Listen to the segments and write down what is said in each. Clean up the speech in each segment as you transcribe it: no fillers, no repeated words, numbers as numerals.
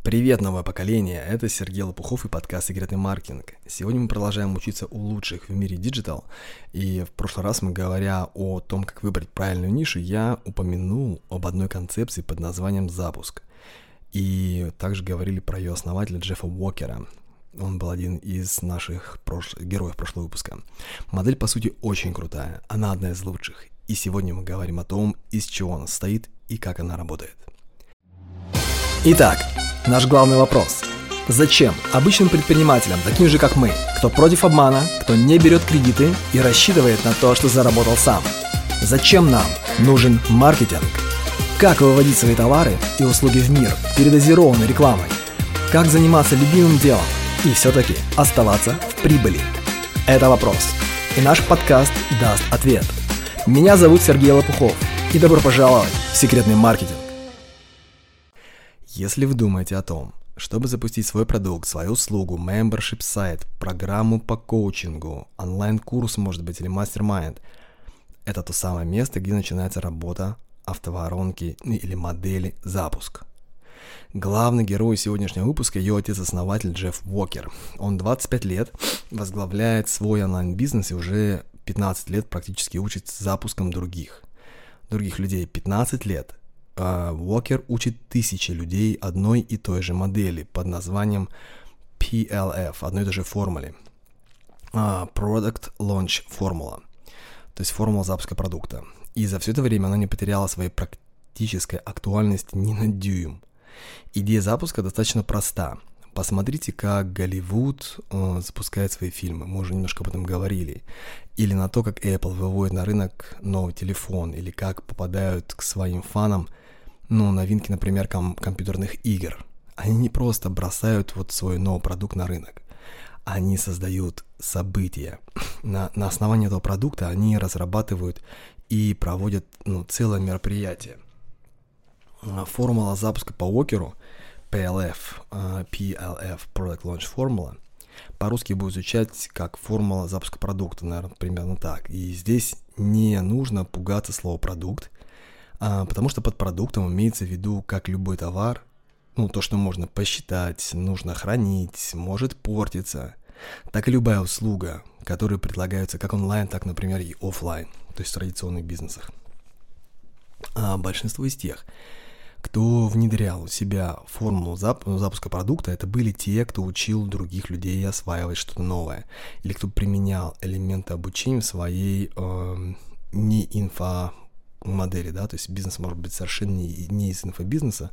Привет, новое поколение! Это Сергей Лопухов и подкаст «Секретный маркетинг». Сегодня мы продолжаем учиться у лучших в мире диджитал. И в прошлый раз мы, говоря о том, как выбрать правильную нишу, я упомянул об одной концепции под названием «запуск». И также говорили про ее основателя Джеффа Уокера. Он был один из наших героев прошлого выпуска. Модель, по сути, очень крутая. Она одна из лучших. И сегодня мы говорим о том, из чего она состоит и как она работает. Итак, наш главный вопрос. Зачем обычным предпринимателям, таким же как мы, кто против обмана, кто не берет кредиты и рассчитывает на то, что заработал сам? Зачем нам нужен маркетинг? Как выводить свои товары и услуги в мир передозированной рекламой? Как заниматься любимым делом и все-таки оставаться в прибыли? Это вопрос. И наш подкаст даст ответ. Меня зовут Сергей Лопухов. И добро пожаловать в секретный маркетинг. Если вы думаете о том, чтобы запустить свой продукт, свою услугу, membership сайт, программу по коучингу, онлайн-курс, может быть, или мастер-майнд, это то самое место, где начинается работа автоворонки или модели запуск. Главный герой сегодняшнего выпуска – ее отец-основатель Джефф Уокер. Он 25 лет возглавляет свой онлайн-бизнес и уже 15 лет практически учит запуском других людей. 15 лет. Уокер учит тысячи людей одной и той же модели под названием PLF, одной и той же формуле. Product Launch Formula, то есть формула запуска продукта. И за все это время она не потеряла своей практической актуальности ни на дюйм. Идея запуска достаточно проста. Посмотрите, как Голливуд запускает свои фильмы, мы уже немножко об этом говорили. Или на то, как Apple выводит на рынок новый телефон, или как попадают к своим фанам новинки, например, компьютерных игр. Они не просто бросают свой новый продукт на рынок. Они создают события. На основании этого продукта они разрабатывают и проводят целое мероприятие. Формула запуска по Уокеру, PLF, Product Launch Formula, по-русски будет звучать как формула запуска продукта, наверное, примерно так. И здесь не нужно пугаться слова «продукт», потому что под продуктом имеется в виду как любой товар, то, что можно посчитать, нужно хранить, может портиться, так и любая услуга, которая предлагается как онлайн, так, например, и офлайн, то есть в традиционных бизнесах. Большинство из тех, кто внедрял у себя формулу запуска продукта, это были те, кто учил других людей осваивать что-то новое, или кто применял элементы обучения в своей не инфомодели, да, то есть бизнес может быть совершенно не из инфобизнеса,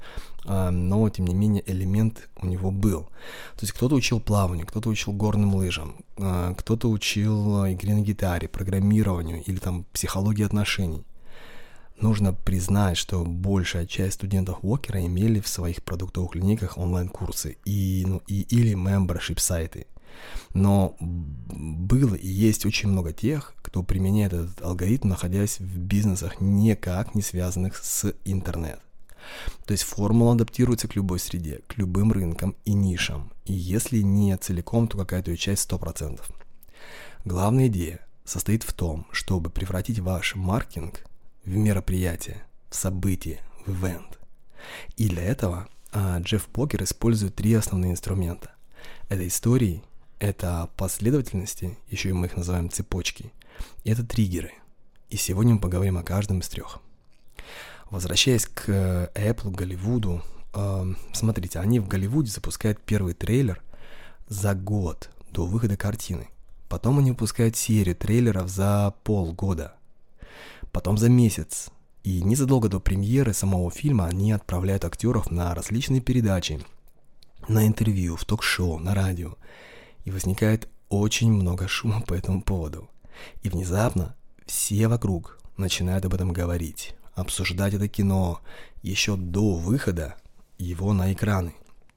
но тем не менее элемент у него был. То есть кто-то учил плаванию, кто-то учил горным лыжам, кто-то учил игре на гитаре, программированию или психологии отношений. Нужно признать, что большая часть студентов Уокера имели в своих продуктовых линейках онлайн-курсы или membership сайты. Но было и есть очень много тех, кто применяет этот алгоритм, находясь в бизнесах никак не связанных с интернет. То есть формула адаптируется к любой среде, к любым рынкам и нишам. И если не целиком, то какая-то ее часть 100%. Главная идея состоит в том, чтобы превратить ваш маркетинг в мероприятие, в событие, в ивент. И для этого Джефф Уокер использует 3 основные инструмента. Это истории, это последовательности, еще и мы их называем цепочки, и это триггеры. И сегодня мы поговорим о каждом из 3. Возвращаясь к Apple, Голливуду, смотрите, они в Голливуде запускают первый трейлер за год до выхода картины. Потом они выпускают серию трейлеров за полгода. Потом за месяц. И незадолго до премьеры самого фильма они отправляют актеров на различные передачи, на интервью, в ток-шоу, на радио. И возникает очень много шума по этому поводу. И внезапно все вокруг начинают об этом говорить, обсуждать это кино еще до выхода его на экраны.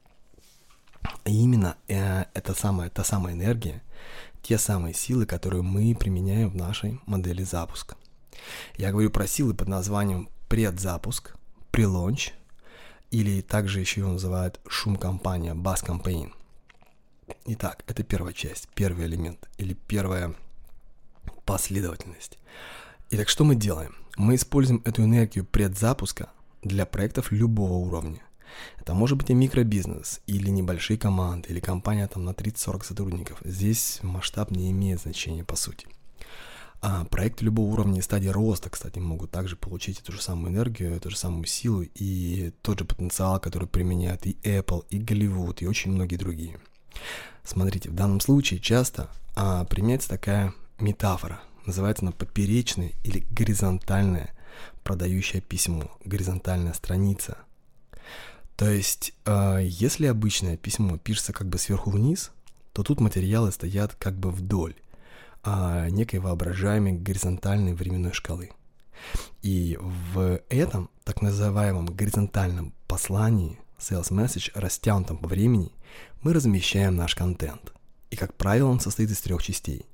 И именно та самая энергия, те самые силы, которые мы применяем в нашей модели запуска. Я говорю про силы под названием предзапуск, прелонч, или также еще его называют шум-компания, бас-кампейн. Итак, это первая часть, первый элемент, или первая последовательность. Итак, что мы делаем? Мы используем эту энергию предзапуска для проектов любого уровня. Это может быть и микробизнес, или небольшие команды, или компания там на 30-40 сотрудников. Здесь масштаб не имеет значения по сути. А проекты любого уровня и стадии роста, кстати, могут также получить эту же самую энергию, эту же самую силу и тот же потенциал, который применяют и Apple, и Голливуд, и очень многие другие. Смотрите, в данном случае часто применяется такая метафора. Называется она поперечное или горизонтальное продающее письмо, горизонтальная страница. То есть, если обычное письмо пишется как бы сверху вниз, то тут материалы стоят как бы вдоль некой воображаемой горизонтальной временной шкалы. И в этом так называемом горизонтальном послании, sales message, растянутом по времени, мы размещаем наш контент. И, как правило, он состоит из 3 частей.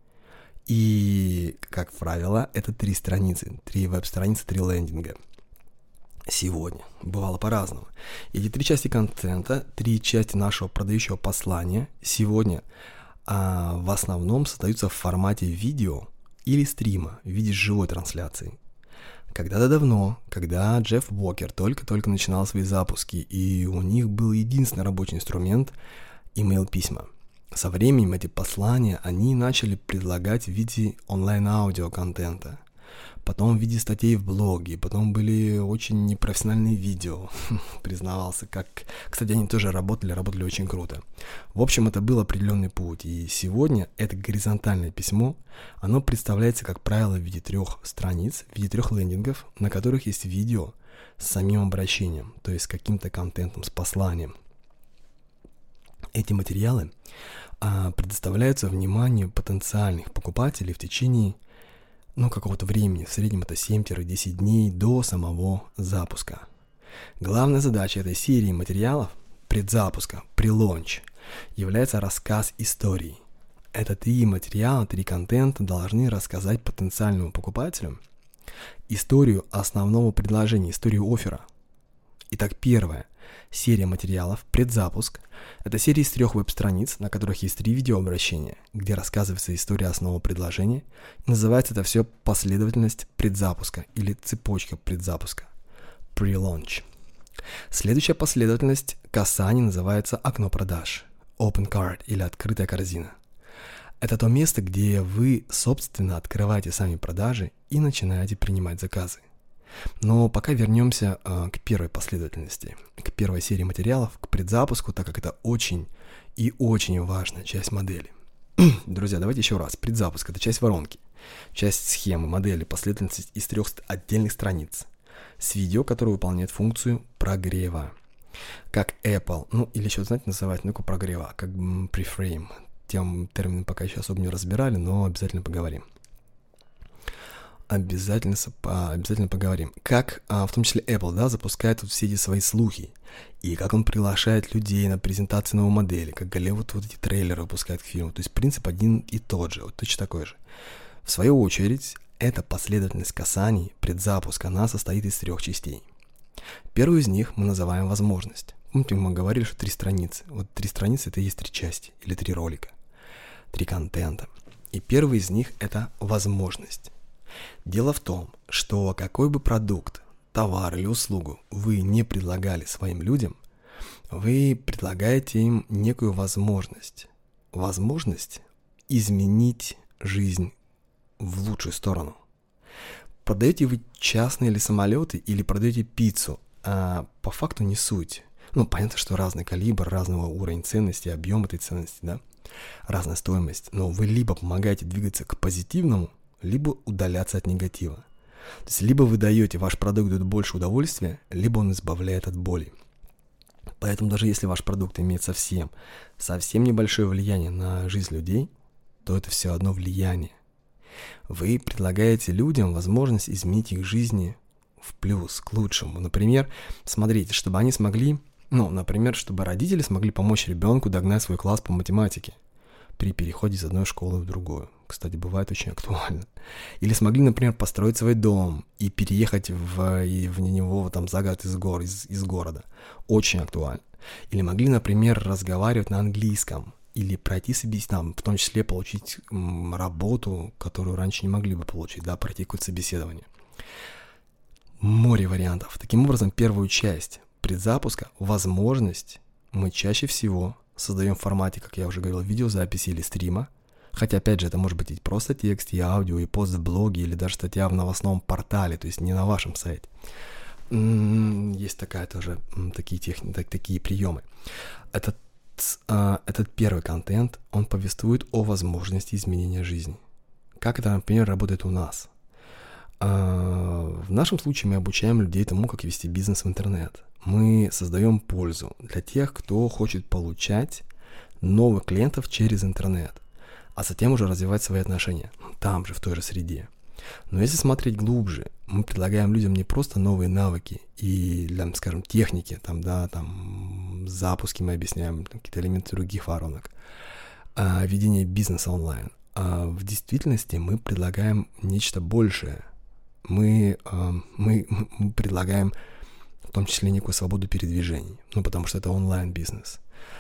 И, как правило, это 3 страницы, 3 веб-страницы, 3 лендинга. Сегодня. Бывало по-разному. Эти 3 части контента, 3 части нашего продающего послания сегодня в основном создаются в формате видео или стрима в виде живой трансляции. Когда-то давно, когда Джефф Уокер только-только начинал свои запуски, и у них был единственный рабочий инструмент – email-письма. Со временем эти послания они начали предлагать в виде онлайн-аудио-контента, потом в виде статей в блоге, потом были очень непрофессиональные видео, признавался, как... Кстати, они тоже работали очень круто. В общем, это был определенный путь, и сегодня это горизонтальное письмо, оно представляется, как правило, в виде 3 страниц, в виде 3 лендингов, на которых есть видео с самим обращением, то есть с каким-то контентом, с посланием. Эти материалы предоставляются вниманию потенциальных покупателей в течение какого-то времени, в среднем это 7-10 дней до самого запуска. Главная задача этой серии материалов предзапуска, pre-launch, является рассказ истории. Это 3 материала, 3 контента должны рассказать потенциальному покупателю историю основного предложения, историю оффера. Итак, первая серия материалов, предзапуск, это серия из 3 веб-страниц, на которых есть 3 видеообращения, где рассказывается история основного предложения. Называется это все последовательность предзапуска или цепочка предзапуска, pre-launch. Следующая последовательность касаний называется окно продаж, open cart или открытая корзина. Это то место, где вы, собственно, открываете сами продажи и начинаете принимать заказы. Но пока вернемся к первой последовательности, к первой серии материалов, к предзапуску, так как это очень и очень важная часть модели. Друзья, давайте еще раз. Предзапуск – это часть воронки, часть схемы, модели, последовательность из 3 отдельных страниц с видео, которое выполняет функцию прогрева. Как Apple, или еще, знаете, называют прогрева, как preframe. Тем термином пока еще особо не разбирали, но обязательно поговорим. Обязательно поговорим. Как, в том числе Apple, запускает все эти свои слухи. И как он приглашает людей на презентации новой модели. Как Голливуд эти трейлеры выпускает к фильму. То есть принцип один и тот же, точно такой же. В свою очередь, эта последовательность касаний, предзапуск, она состоит из 3 частей. Первую из них мы называем возможность. Помните, мы говорили, что 3 страницы. 3 страницы это и есть 3 части или 3 ролика. 3 контента. И первый из них это возможность. Дело в том, что какой бы продукт, товар или услугу вы не предлагали своим людям, вы предлагаете им некую возможность. Возможность изменить жизнь в лучшую сторону. Продаете вы частные или самолеты, или продаете пиццу, по факту не суть. Понятно, что разный калибр, разного уровень ценности, объем этой ценности, разная стоимость. Но вы либо помогаете двигаться к позитивному, либо удаляться от негатива. То есть, либо вы даете, ваш продукт дает больше удовольствия, либо он избавляет от боли. Поэтому даже если ваш продукт имеет совсем небольшое влияние на жизнь людей, то это все одно влияние. Вы предлагаете людям возможность изменить их жизни в плюс, к лучшему. Например, смотрите, чтобы они смогли, чтобы родители смогли помочь ребенку догнать свой класс по математике при переходе из одной школы в другую. Кстати, бывает очень актуально. Или смогли, например, построить свой дом и переехать в него за город из города. Очень актуально. Или могли, например, разговаривать на английском. Или пройти собеседование, в том числе получить работу, которую раньше не могли бы получить, пройти какое-то собеседование. Море вариантов. Таким образом, первую часть предзапуска возможность мы чаще всего создаем в формате, как я уже говорил, видеозаписи или стрима. Хотя, опять же, это может быть и просто текст, и аудио, и пост в блоге, или даже статья в новостном портале, то есть не на вашем сайте. Есть такая тоже, такие техники, такие приемы. Этот первый контент, он повествует о возможности изменения жизни. Как это, например, работает у нас? В нашем случае мы обучаем людей тому, как вести бизнес в интернет. Мы создаем пользу для тех, кто хочет получать новых клиентов через интернет, а затем уже развивать свои отношения там же, в той же среде. Но если смотреть глубже, мы предлагаем людям не просто новые навыки и, скажем, техники, запуски мы объясняем, какие-то элементы других воронок, ведение бизнеса онлайн. А в действительности мы предлагаем нечто большее. Мы предлагаем в том числе некую свободу передвижений, потому что это онлайн-бизнес.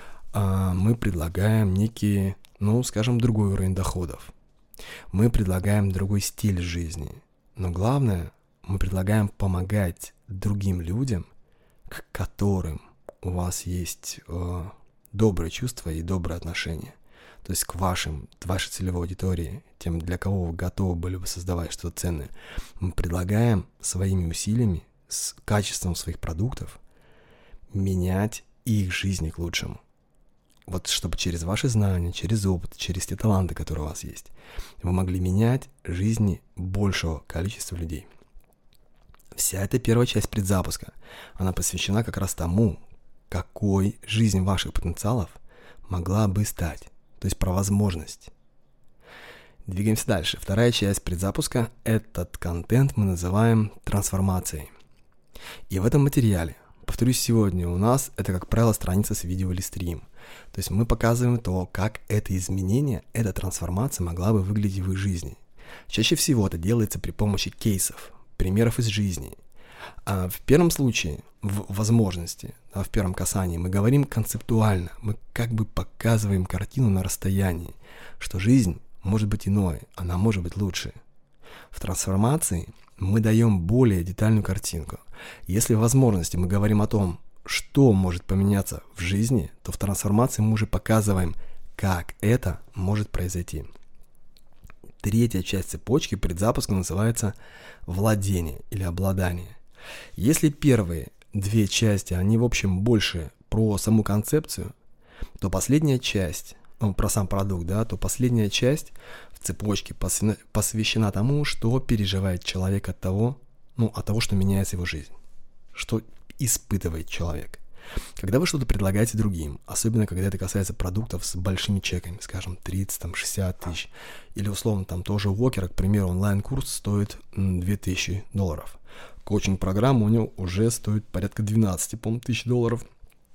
Мы предлагаем некий, скажем, другой уровень доходов. Мы предлагаем другой стиль жизни. Но главное, мы предлагаем помогать другим людям, к которым у вас есть добрые чувства и добрые отношения. То есть к вашей целевой аудитории, тем, для кого вы готовы были бы создавать что-то ценное. Мы предлагаем своими усилиями, с качеством своих продуктов, менять их жизни к лучшему. Вот чтобы через ваши знания, через опыт, через те таланты, которые у вас есть, вы могли менять жизни большего количества людей. Вся эта первая часть предзапуска, она посвящена как раз тому, какой жизнь ваших потенциалов могла бы стать. То есть про возможность. Двигаемся дальше. Вторая часть предзапуска, этот контент мы называем трансформацией. И в этом материале, повторюсь, сегодня у нас это, как правило, страница с видео или стрим. То есть мы показываем то, как это изменение, эта трансформация могла бы выглядеть в их жизни. Чаще всего это делается при помощи кейсов, примеров из жизни. А в первом случае, в возможности, в первом касании, мы говорим концептуально, мы как бы показываем картину на расстоянии, что жизнь может быть иной, она может быть лучше. В трансформации мы даем более детальную картинку. Если в возможности мы говорим о том, что может поменяться в жизни, то в трансформации мы уже показываем, как это может произойти. Третья часть цепочки предзапуска называется владение или обладание. Если первые две части, они в общем больше про саму концепцию, то последняя часть, про сам продукт, то последняя часть в цепочке посвящена тому, что переживает человек от того, что меняется его жизнь, что испытывает человек. Когда вы что-то предлагаете другим, особенно когда это касается продуктов с большими чеками, скажем, 30, 60 тысяч, или условно тоже у Уокера, к примеру, онлайн-курс стоит $2000. Коучинг-программа у него уже стоит порядка 12, тысяч долларов,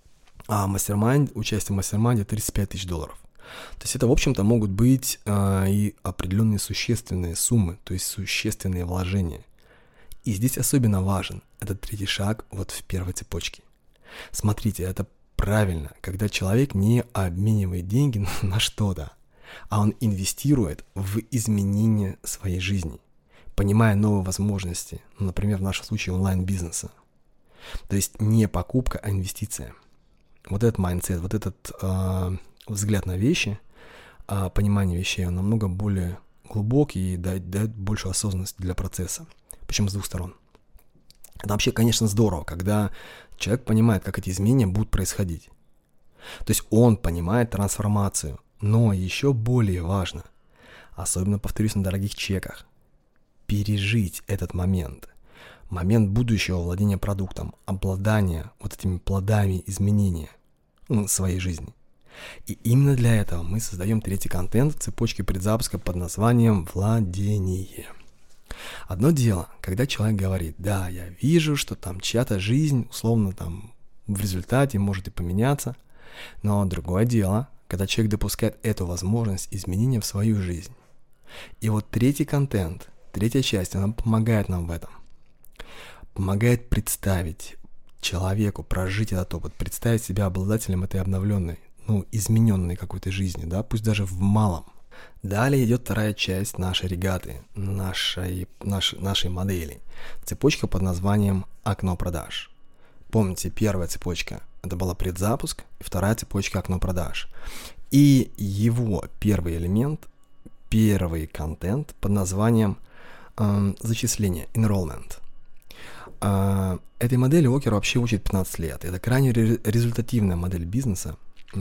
а участие в мастер-майнде $35 тысяч. То есть это, в общем-то, могут быть и определенные существенные суммы, то есть существенные вложения. И здесь особенно важен этот третий шаг вот в первой цепочке. Смотрите, это правильно, когда человек не обменивает деньги на что-то, а он инвестирует в изменение своей жизни, понимая новые возможности, например, в нашем случае онлайн-бизнеса. То есть не покупка, а инвестиция. Вот этот майндсет, вот этот взгляд на вещи, понимание вещей, он намного более глубокий и дает большую осознанность для процесса. Причем с двух сторон. Это вообще, конечно, здорово, когда человек понимает, как эти изменения будут происходить. То есть он понимает трансформацию, но еще более важно, особенно, повторюсь, на дорогих чеках, пережить этот момент будущего владения продуктом, обладания вот этими плодами изменения своей жизни. И именно для этого мы создаем третий контент в цепочке предзапуска под названием «Владение». Одно дело, когда человек говорит: да, я вижу, что там чья-то жизнь, условно, в результате может и поменяться, но другое дело, когда человек допускает эту возможность изменения в свою жизнь. И вот третий контент, третья часть, она помогает нам в этом. Помогает представить человеку, прожить этот опыт, представить себя обладателем этой обновленной, измененной какой-то жизни, пусть даже в малом. Далее идет вторая часть нашей регаты, нашей модели. Цепочка под названием «Окно продаж». помните, первая цепочка – это была предзапуск, и вторая цепочка – окно продаж. И его первый элемент, первый контент под названием зачисление, enrollment. Этой модели Уокер вообще учит 15 лет. Это крайне результативная модель бизнеса.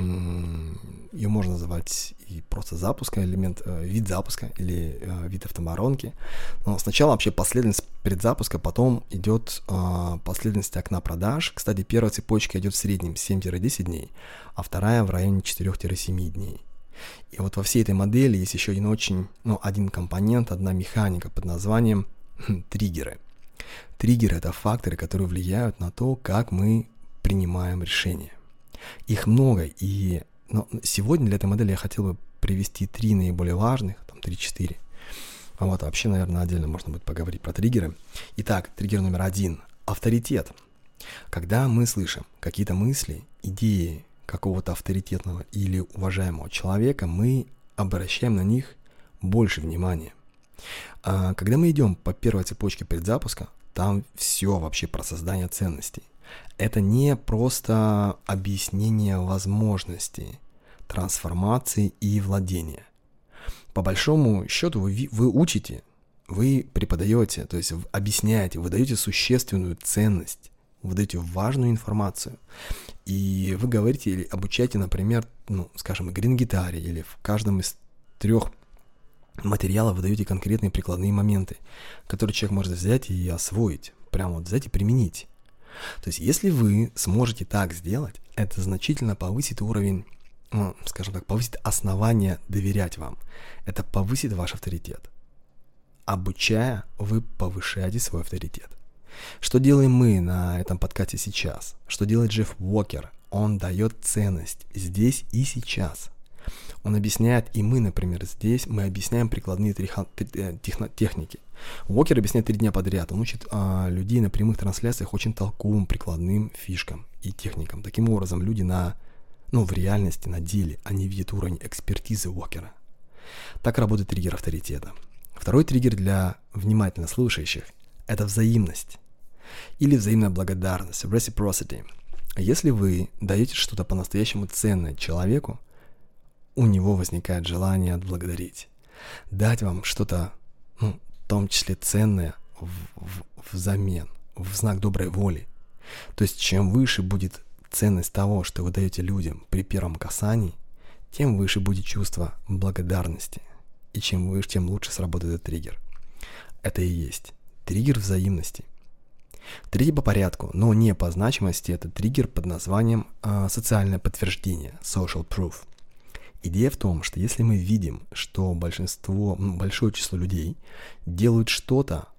Ее можно называть и просто запуска, вид запуска или вид автоворонки. Но сначала вообще последовательность предзапуска, потом идет последовательность окна продаж. Кстати, первая цепочка идет в среднем 7-10 дней, а вторая в районе 4-7 дней. И вот во всей этой модели есть еще один компонент, одна механика под названием триггеры. Триггеры – это факторы, которые влияют на то, как мы принимаем решения. Их много, но сегодня для этой модели я хотел бы привести 3 наиболее важных, 3-4. Вообще, наверное, отдельно можно будет поговорить про триггеры. Итак, триггер номер 1 – авторитет. Когда мы слышим какие-то мысли, идеи какого-то авторитетного или уважаемого человека, мы обращаем на них больше внимания. А когда мы идем по первой цепочке предзапуска, там все вообще про создание ценностей. Это не просто объяснение возможностей, трансформации и владения. По большому счету вы учите, вы преподаете, то есть объясняете, вы даете существенную ценность, вы даете важную информацию. И вы говорите или обучаете, например, грин-гитаре, или в каждом из 3 материалов вы даете конкретные прикладные моменты, которые человек может взять и освоить, прямо взять и применить. То есть, если вы сможете так сделать, это значительно повысит уровень, повысит основание доверять вам. Это повысит ваш авторитет. Обучая, вы повышаете свой авторитет. Что делаем мы на этом подкасте сейчас? Что делает Джефф Уокер? Он дает ценность здесь и сейчас. Он объясняет, и мы, например, здесь, мы объясняем прикладные техники. Уокер объясняет 3 дня подряд. Он учит людей на прямых трансляциях очень толковым прикладным фишкам и техникам. Таким образом, люди в реальности, на деле, они видят уровень экспертизы Уокера. Так работает триггер авторитета. Второй триггер для внимательно слушающих – это взаимность или взаимная благодарность, reciprocity. Если вы даете что-то по-настоящему ценное человеку, у него возникает желание отблагодарить, дать вам что-то, в том числе ценное, взамен, в знак доброй воли. То есть, чем выше будет ценность того, что вы даете людям при первом касании, тем выше будет чувство благодарности. И чем выше, тем лучше сработает этот триггер. Это и есть триггер взаимности. Третий по порядку, но не по значимости, это триггер под названием социальное подтверждение, social proof. Идея в том, что если мы видим, что большое число людей делают что-то,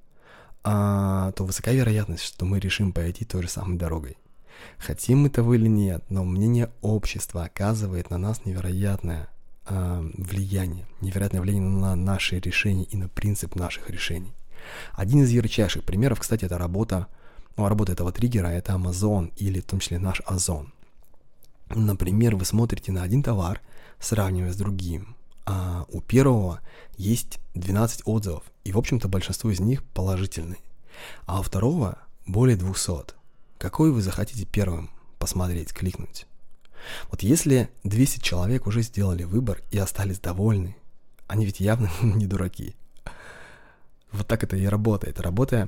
то высока вероятность, что мы решим пойти той же самой дорогой. Хотим мы того или нет, но мнение общества оказывает на нас невероятное влияние на наши решения и на принцип наших решений. Один из ярчайших примеров, кстати, это работа этого триггера, это Amazon или в том числе наш Озон. Например, вы смотрите на один товар, сравнивая с другим, а у первого есть 12 отзывов, и, в общем-то, большинство из них положительные, а у второго более 200. Какой вы захотите первым посмотреть, кликнуть? Вот если 200 человек уже сделали выбор и остались довольны, они ведь явно не дураки. Вот так это и работает. Работа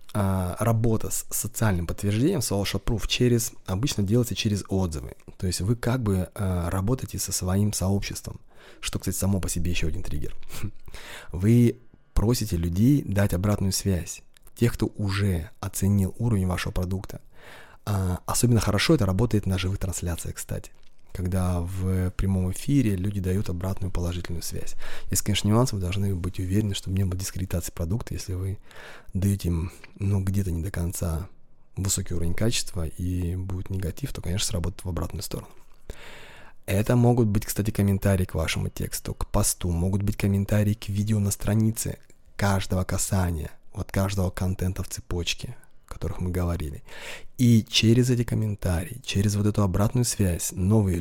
с социальным подтверждением, social proof, обычно делается через отзывы. То есть вы работаете со своим сообществом, что, кстати, само по себе еще один триггер. Вы просите людей дать обратную связь, тех, кто уже оценил уровень вашего продукта. Особенно хорошо это работает на живых трансляциях, кстати, когда в прямом эфире люди дают обратную положительную связь. Есть, конечно, нюансы, вы должны быть уверены, чтобы не было дискредитации продукта, если вы даете им, где-то не до конца высокий уровень качества и будет негатив, то, конечно, сработает в обратную сторону. Это могут быть, кстати, комментарии к вашему тексту, к посту, могут быть комментарии к видео на странице каждого касания, каждого контента в цепочке, о которых мы говорили. И через эти комментарии, через эту обратную связь ваши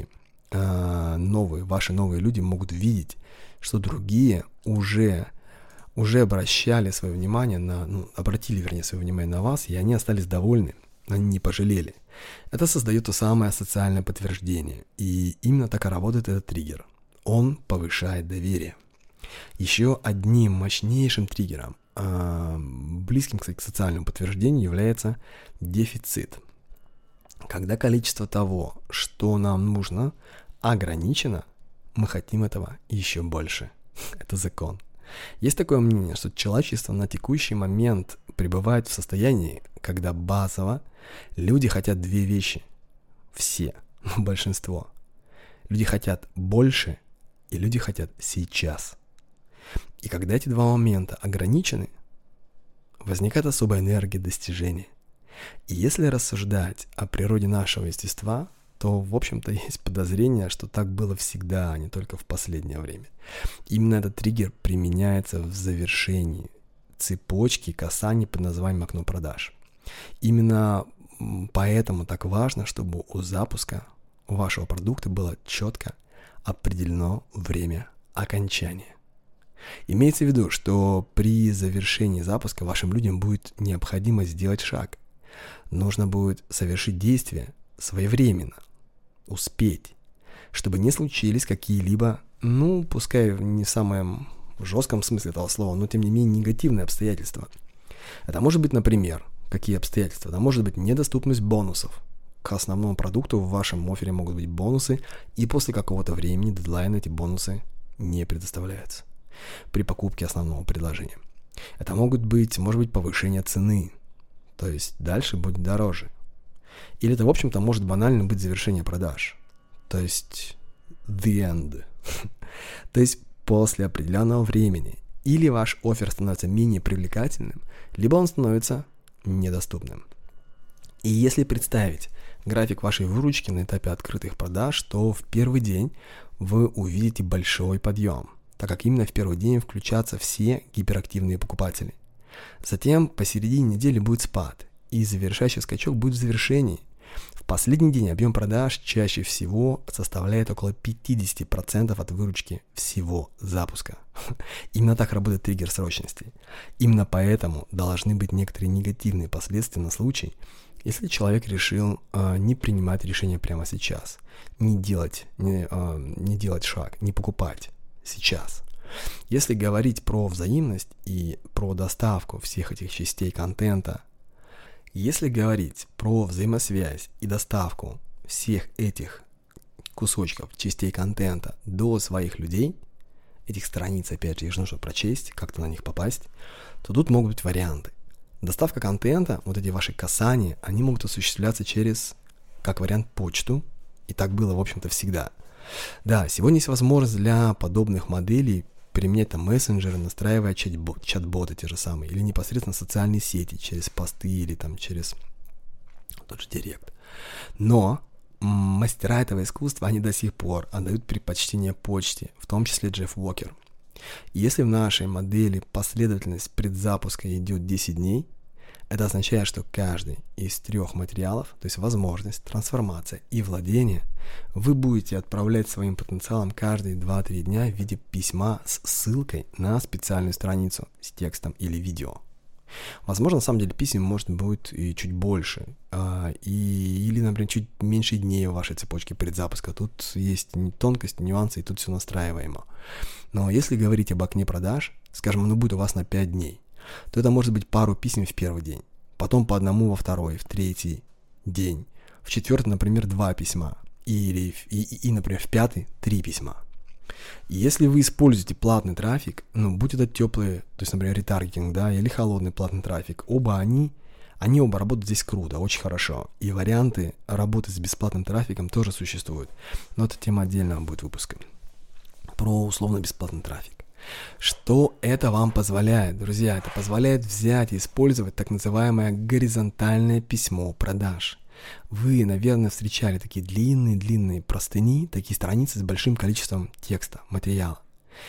новые люди могут видеть, что другие уже обратили свое внимание на вас, и они остались довольны. Они не пожалели. Это создает то самое социальное подтверждение. И именно так и работает этот триггер. Он повышает доверие. Еще одним мощнейшим триггером, близким, кстати, к социальному подтверждению, является дефицит. Когда количество того, что нам нужно, ограничено, мы хотим этого еще больше. Это закон. Есть такое мнение, что человечество на текущий момент пребывает в состоянии, когда базово люди хотят две вещи. Все, большинство. Люди хотят больше, и люди хотят сейчас. И когда эти два момента ограничены, возникает особая энергия достижения. И если рассуждать о природе нашего естества, то, в общем-то, есть подозрение, что так было всегда, а не только в последнее время. Именно этот триггер применяется в завершении цепочки касаний под названием окно продаж. Именно поэтому так важно, чтобы у запуска вашего продукта было четко определено время окончания. Имеется в виду, что при завершении запуска вашим людям будет необходимо сделать шаг. Нужно будет совершить действие своевременно, успеть, чтобы не случились какие-либо, пускай не в самом жестком смысле этого слова, но тем не менее негативные обстоятельства. Это может быть, например, какие обстоятельства? Это может быть недоступность бонусов. К основному продукту в вашем оффере могут быть бонусы, и после какого-то времени, дедлайна, эти бонусы не предоставляются при покупке основного предложения. Это может быть повышение цены, то есть дальше будет дороже. Или это, в общем-то, может банально быть завершение продаж, то есть the end, то есть после определенного времени. Или ваш оффер становится менее привлекательным, либо он становится недоступным. И если представить график вашей выручки на этапе открытых продаж, то в первый день вы увидите большой подъем, так как именно в первый день включатся все гиперактивные покупатели. Затем посередине недели будет спад, и завершающий скачок будет в завершении. В последний день объем продаж чаще всего составляет около 50% от выручки всего запуска. Именно так работает триггер срочности. Именно поэтому должны быть некоторые негативные последствия на случай, если человек решил не принимать решение прямо сейчас, не делать шаг, не покупать сейчас. Если говорить про взаимность и про доставку всех этих частей контента, если говорить про взаимосвязь и доставку всех этих кусочков, частей контента до своих людей, этих страниц, опять же, их нужно прочесть, как-то на них попасть, то тут могут быть варианты. Доставка контента, вот эти ваши касания, они могут осуществляться через, как вариант, почту, и так было, в общем-то, всегда. Да, сегодня есть возможность для подобных моделей применять там мессенджеры, настраивая чат-боты те же самые, или непосредственно социальные сети, через посты или там через тот же директ. Но мастера этого искусства, они до сих пор отдают предпочтение почте, в том числе Джефф Уокер. Если в нашей модели последовательность предзапуска идет 10 дней, это означает, что каждый из 3 материалов, то есть возможность, трансформация и владение, вы будете отправлять своим потенциалом каждые 2-3 дня в виде письма с ссылкой на специальную страницу с текстом или видео. Возможно, на самом деле писем может быть и чуть больше, или, например, чуть меньше дней в вашей цепочке предзапуска. Тут есть тонкости, нюансы, и тут все настраиваемо. Но если говорить об окне продаж, скажем, оно будет у вас на 5 дней, то это может быть пару писем в первый день, потом по одному во второй, в третий день, в четвертый, например, 2 письма, и, например, в пятый 3 письма. И если вы используете платный трафик, будь это теплый, то есть, например, ретаргетинг, да, или холодный платный трафик, они оба работают здесь круто, очень хорошо. И варианты работы с бесплатным трафиком тоже существуют. Но это тема отдельного будет выпуска. Про условно-бесплатный трафик. Что это вам позволяет, друзья? Это позволяет взять и использовать так называемое горизонтальное письмо продаж. Вы, наверное, встречали такие длинные простыни, такие страницы с большим количеством текста, материала.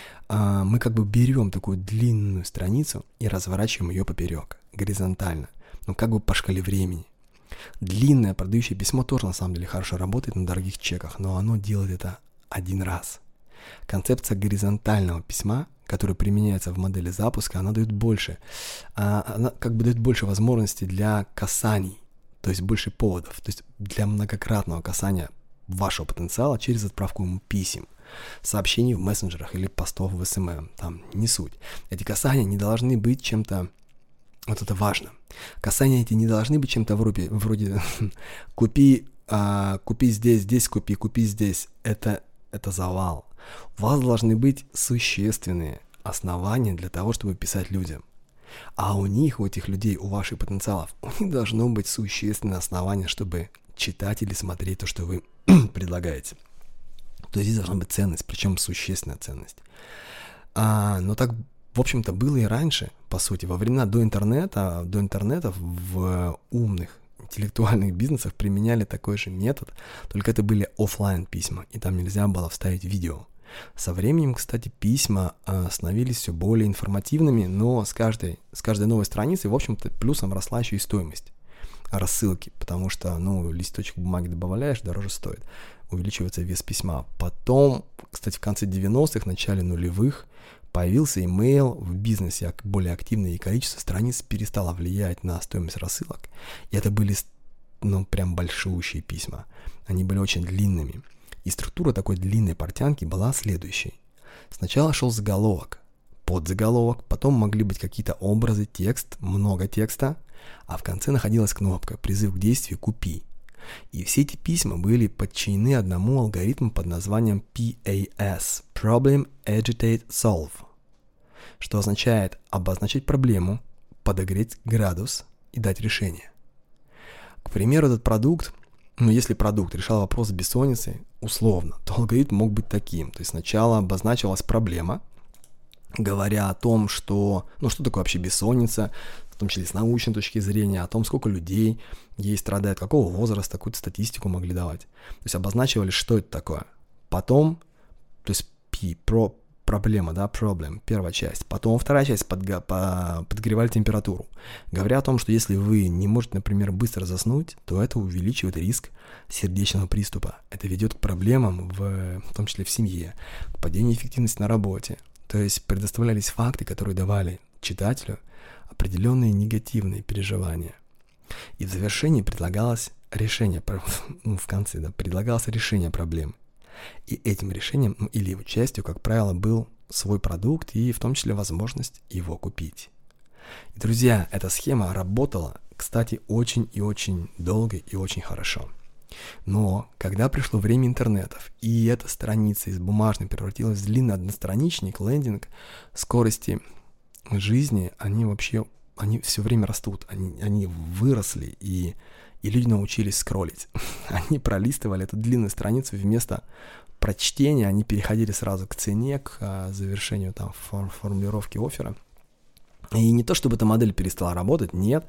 Мы как бы берем такую длинную страницу и разворачиваем ее поперек, горизонтально, как бы по шкале времени. Длинное продающее письмо тоже на самом деле хорошо работает на дорогих чеках, но оно делает это один раз. Концепция горизонтального письма, которая применяется в модели запуска, она дает больше возможностей для касаний. То то есть больше поводов, то есть для многократного касания вашего потенциала через отправку ему писем, сообщений в мессенджерах или постов в СММ, там не суть. Эти касания не должны быть чем-то, вот это важно, касания эти не должны быть чем-то вроде купи здесь, купи здесь, это завал. У вас должны быть существенные основания для того, чтобы писать людям. А у этих людей, у ваших потенциалов, у них должно быть существенное основание, чтобы читать или смотреть то, что вы предлагаете. То есть здесь должна быть ценность, причем существенная ценность. Но так, в общем-то, было и раньше, по сути. Во времена до интернета в умных интеллектуальных бизнесах применяли такой же метод, только это были офлайн письма, и там нельзя было вставить видео. Со временем, кстати, письма становились все более информативными, но с каждой новой страницей, в общем-то, плюсом росла еще и стоимость рассылки, потому что, листочек бумаги добавляешь, дороже стоит, увеличивается вес письма. Потом, кстати, в конце 90-х, начале нулевых появился имейл в бизнесе более активный, и количество страниц перестало влиять на стоимость рассылок. И это были, прям большущие письма. Они были очень длинными. И структура такой длинной портянки была следующей. Сначала шел заголовок, подзаголовок, потом могли быть какие-то образы, текст, много текста, а в конце находилась кнопка «Призыв к действию «Купи». И все эти письма были подчинены одному алгоритму под названием PAS – Problem, Agitate, Solve, что означает обозначить проблему, подогреть градус и дать решение. К примеру, этот продукт, если продукт решал вопрос с бессонницей, условно, то алгоритм мог быть таким. То есть сначала обозначилась проблема, говоря о том, что такое вообще бессонница, в том числе с научной точки зрения, о том, сколько людей ей страдает, какого возраста, какую-то статистику могли давать. То есть обозначивали, что это такое. Потом, то есть проблема, problem, первая часть. Потом вторая часть подогревали температуру. Говоря о том, что если вы не можете, например, быстро заснуть, то это увеличивает риск сердечного приступа. Это ведет к проблемам, в том числе в семье, к падению эффективности на работе. То есть предоставлялись факты, которые давали читателю определенные негативные переживания. И в завершении предлагалось решение, предлагалось решение проблем. И этим решением, или его частью, как правило, был свой продукт и в том числе возможность его купить. И, друзья, эта схема работала, кстати, очень и очень долго и очень хорошо. Но когда пришло время интернетов, и эта страница из бумажной превратилась в длинный одностраничник, лендинг, скорости жизни, они все время растут, они выросли, и люди научились скроллить. Они пролистывали эту длинную страницу, вместо прочтения они переходили сразу к цене, к завершению формулировки оффера. И не то, чтобы эта модель перестала работать, нет,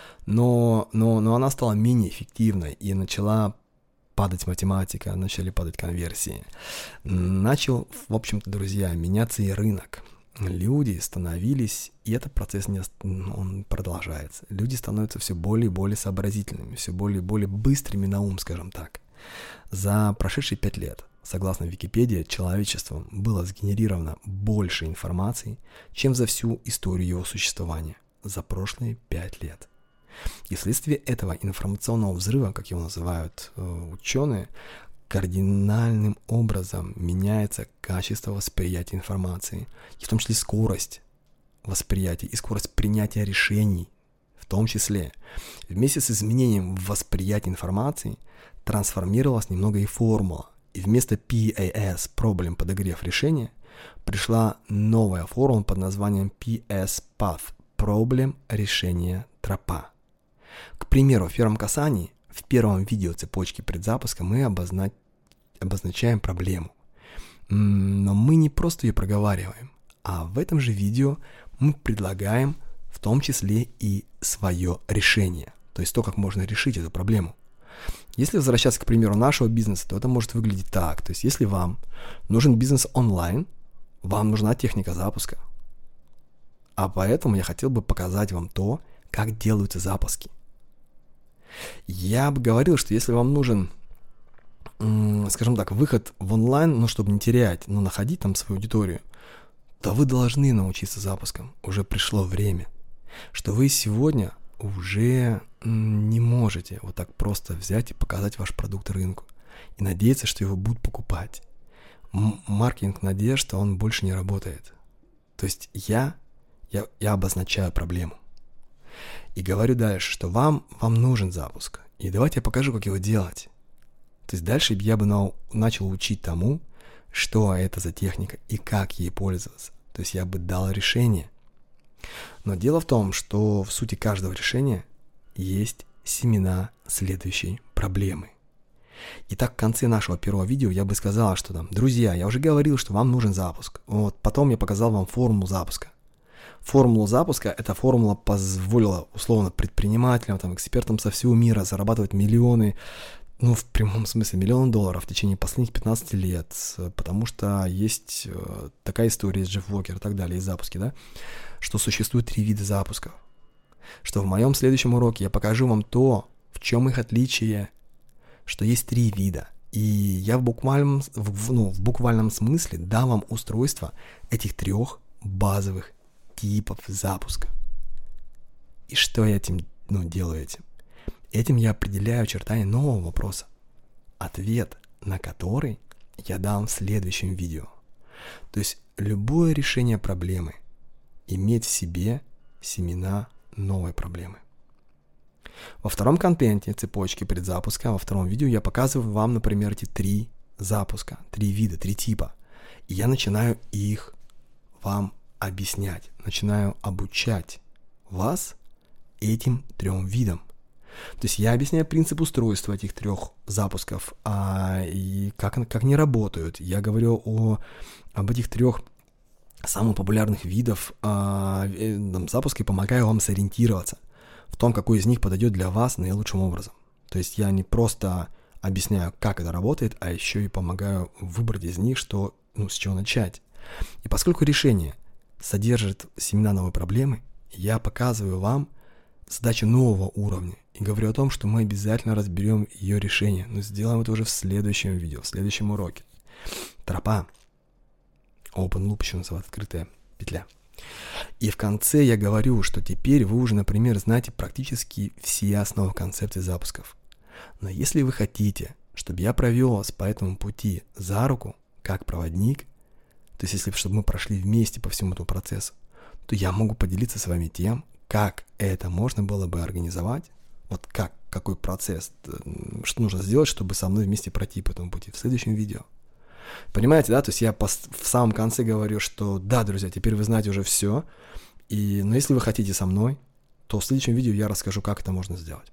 но она стала менее эффективной, и начала падать математика, начали падать конверсии. Начал, в общем-то, друзья, меняться и рынок. Люди становились, и этот процесс он продолжается, люди становятся все более и более сообразительными, все более и более быстрыми на ум, скажем так. За прошедшие 5 лет, согласно Википедии, человечеством было сгенерировано больше информации, чем за всю историю его существования, за прошлые 5 лет. И вследствие этого информационного взрыва, как его называют ученые, кардинальным образом меняется качество восприятия информации, и в том числе скорость восприятия и скорость принятия решений, в том числе. Вместе с изменением восприятия информации трансформировалась немного и формула, и вместо PAS, проблем, подогрев, решения, пришла новая формула под названием PS Path, проблем, решения, тропа. К примеру, в первом касании, в первом видео цепочки предзапуска мы обозначаем проблему. Но мы не просто ее проговариваем, а в этом же видео мы предлагаем в том числе и свое решение, то есть то, как можно решить эту проблему. Если возвращаться к примеру нашего бизнеса, то это может выглядеть так. То есть если вам нужен бизнес онлайн, вам нужна техника запуска. А поэтому я хотел бы показать вам то, как делаются запуски. Я бы говорил, что если вам нужен, скажем так, выход в онлайн, чтобы не терять, но находить там свою аудиторию, то вы должны научиться запускам. Уже пришло время, что вы сегодня уже не можете вот так просто взять и показать ваш продукт рынку и надеяться, что его будут покупать. Маркетинг надежд, он больше не работает. То есть я обозначаю проблему. И говорю дальше, что вам нужен запуск. И давайте я покажу, как его делать. То есть дальше я бы начал учить тому, что это за техника и как ей пользоваться. То есть я бы дал решение. Но дело в том, что в сути каждого решения есть семена следующей проблемы. Итак, в конце нашего первого видео я бы сказал, что там, друзья, я уже говорил, что вам нужен запуск. Вот, потом я показал вам формулу запуска. Формула запуска, эта формула позволила, условно, предпринимателям, там, экспертам со всего мира зарабатывать миллионы, ну, в прямом смысле, $1 000 000 в течение последних 15 лет, потому что есть такая история с Джефф Уокер и так далее, и запуски, да, что существует 3 вида запусков. Что в моем следующем уроке я покажу вам то, в чем их отличие, что есть 3 вида. И я в буквальном смысле дам вам устройство этих 3 базовых типов запуска. И что я этим делаю этим? Этим я определяю очертания нового вопроса, ответ на который я дам в следующем видео. То есть любое решение проблемы имеет в себе семена новой проблемы. Во втором контенте цепочки предзапуска, во втором видео я показываю вам, например, эти 3 запуска, 3 вида, 3 типа. И я начинаю их вам объяснять, начинаю обучать вас этим 3 видам. То есть я объясняю принцип устройства этих 3 запусков, и как они работают. Я говорю об этих 3 самых популярных видов запуска и помогаю вам сориентироваться в том, какой из них подойдет для вас наилучшим образом. То есть я не просто объясняю, как это работает, а еще и помогаю выбрать из них, с чего начать. И поскольку решение содержит семена новой проблемы, я показываю вам задачу нового уровня и говорю о том, что мы обязательно разберем ее решение, но сделаем это уже в следующем видео, в следующем уроке. Тропа. Open loop еще называют, открытая петля. И в конце я говорю, что теперь вы уже, например, знаете практически все основы концепции запусков. Но если вы хотите, чтобы я провел вас по этому пути за руку, как проводник, то есть чтобы мы прошли вместе по всему этому процессу, то я могу поделиться с вами тем, как это можно было бы организовать, вот какой процесс, что нужно сделать, чтобы со мной вместе пройти по этому пути в следующем видео. Понимаете, да? То есть я в самом конце говорю, что да, друзья, теперь вы знаете уже все, но если вы хотите со мной, то в следующем видео я расскажу, как это можно сделать.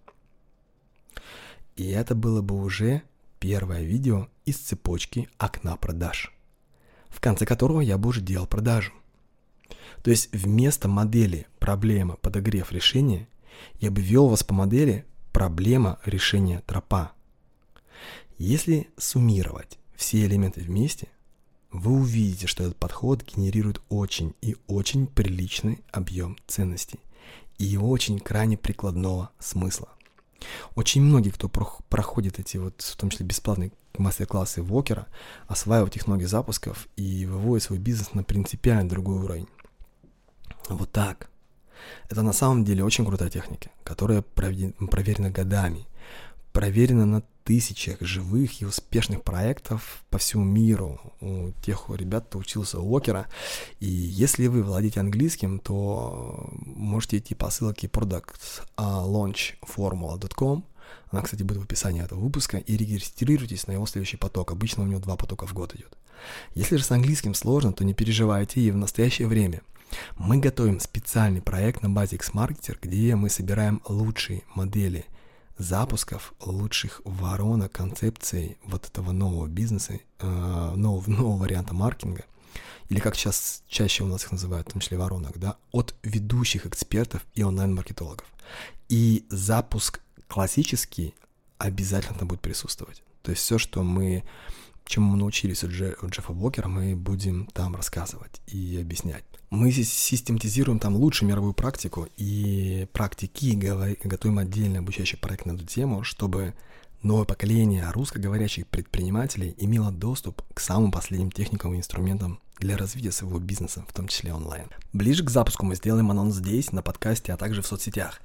И это было бы уже первое видео из цепочки окна продаж, в конце которого я бы уже делал продажу. То есть вместо модели проблема, подогрев, решение, я бы вел вас по модели проблема, решение, тропа. Если суммировать все элементы вместе, вы увидите, что этот подход генерирует очень и очень приличный объем ценностей и очень крайне прикладного смысла. Очень многие, кто проходит эти в том числе бесплатные мастер-классы Уокера, осваивают технологии запусков и выводят свой бизнес на принципиально другой уровень. Вот так. Это на самом деле очень крутая техника, которая проверена годами, проверена на тысячах живых и успешных проектов по всему миру у тех ребят, кто учился у Уокера. И если вы владеете английским, то можете идти по ссылке productlaunchformula.com. Она, кстати, будет в описании этого выпуска, и регистрируйтесь на его следующий поток. Обычно у него 2 потока в год идет. Если же с английским сложно, то не переживайте, и в настоящее время мы готовим специальный проект на базе X-Marketer, где мы собираем лучшие модели запусков, лучших воронок, концепций вот этого нового бизнеса, нового варианта маркетинга, или как сейчас чаще у нас их называют, в том числе воронок, да, от ведущих экспертов и онлайн-маркетологов. И запуск классический обязательно там будет присутствовать. То есть все, чему мы научились у Джеффа Уокера, мы будем там рассказывать и объяснять. Мы систематизируем там лучшую мировую практику и практики, готовим отдельный обучающий проект на эту тему, чтобы новое поколение русскоговорящих предпринимателей имело доступ к самым последним техникам и инструментам для развития своего бизнеса, в том числе онлайн. Ближе к запуску мы сделаем анонс здесь, на подкасте, а также в соцсетях.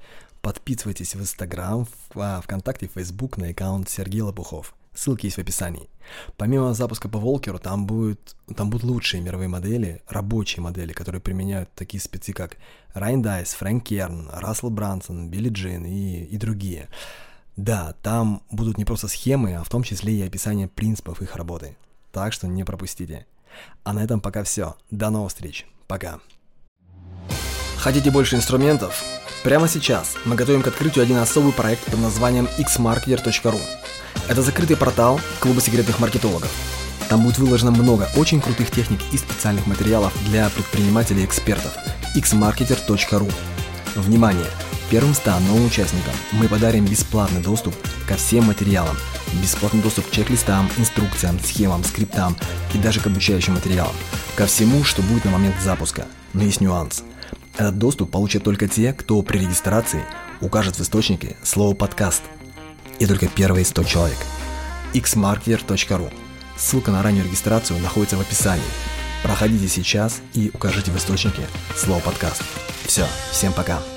подписывайтесь в Instagram, ВКонтакте, Facebook на аккаунт Сергей Лопухов. Ссылки есть в описании. Помимо запуска по Волкеру, там будут лучшие мировые модели, рабочие модели, которые применяют такие спецы, как Райан Дайс, Фрэнк Керн, Рассел Брансон, Билли Джин и другие. Да, там будут не просто схемы, а в том числе и описание принципов их работы. Так что не пропустите. А на этом пока все. До новых встреч. Пока. Хотите больше инструментов? Прямо сейчас мы готовим к открытию один особый проект под названием xmarketer.ru. Это закрытый портал клуба секретных маркетологов. Там будет выложено много очень крутых техник и специальных материалов для предпринимателей и экспертов. xmarketer.ru. Внимание! Первым 100 новым участникам мы подарим бесплатный доступ ко всем материалам, бесплатный доступ к чек-листам, инструкциям, схемам, скриптам и даже к обучающим материалам, ко всему, что будет на момент запуска. Но есть нюанс. Этот доступ получат только те, кто при регистрации укажет в источнике слово «подкаст». И только первые 100 человек. xmarketer.ru. Ссылка на раннюю регистрацию находится в описании. Проходите сейчас и укажите в источнике слово «подкаст». Все, всем пока.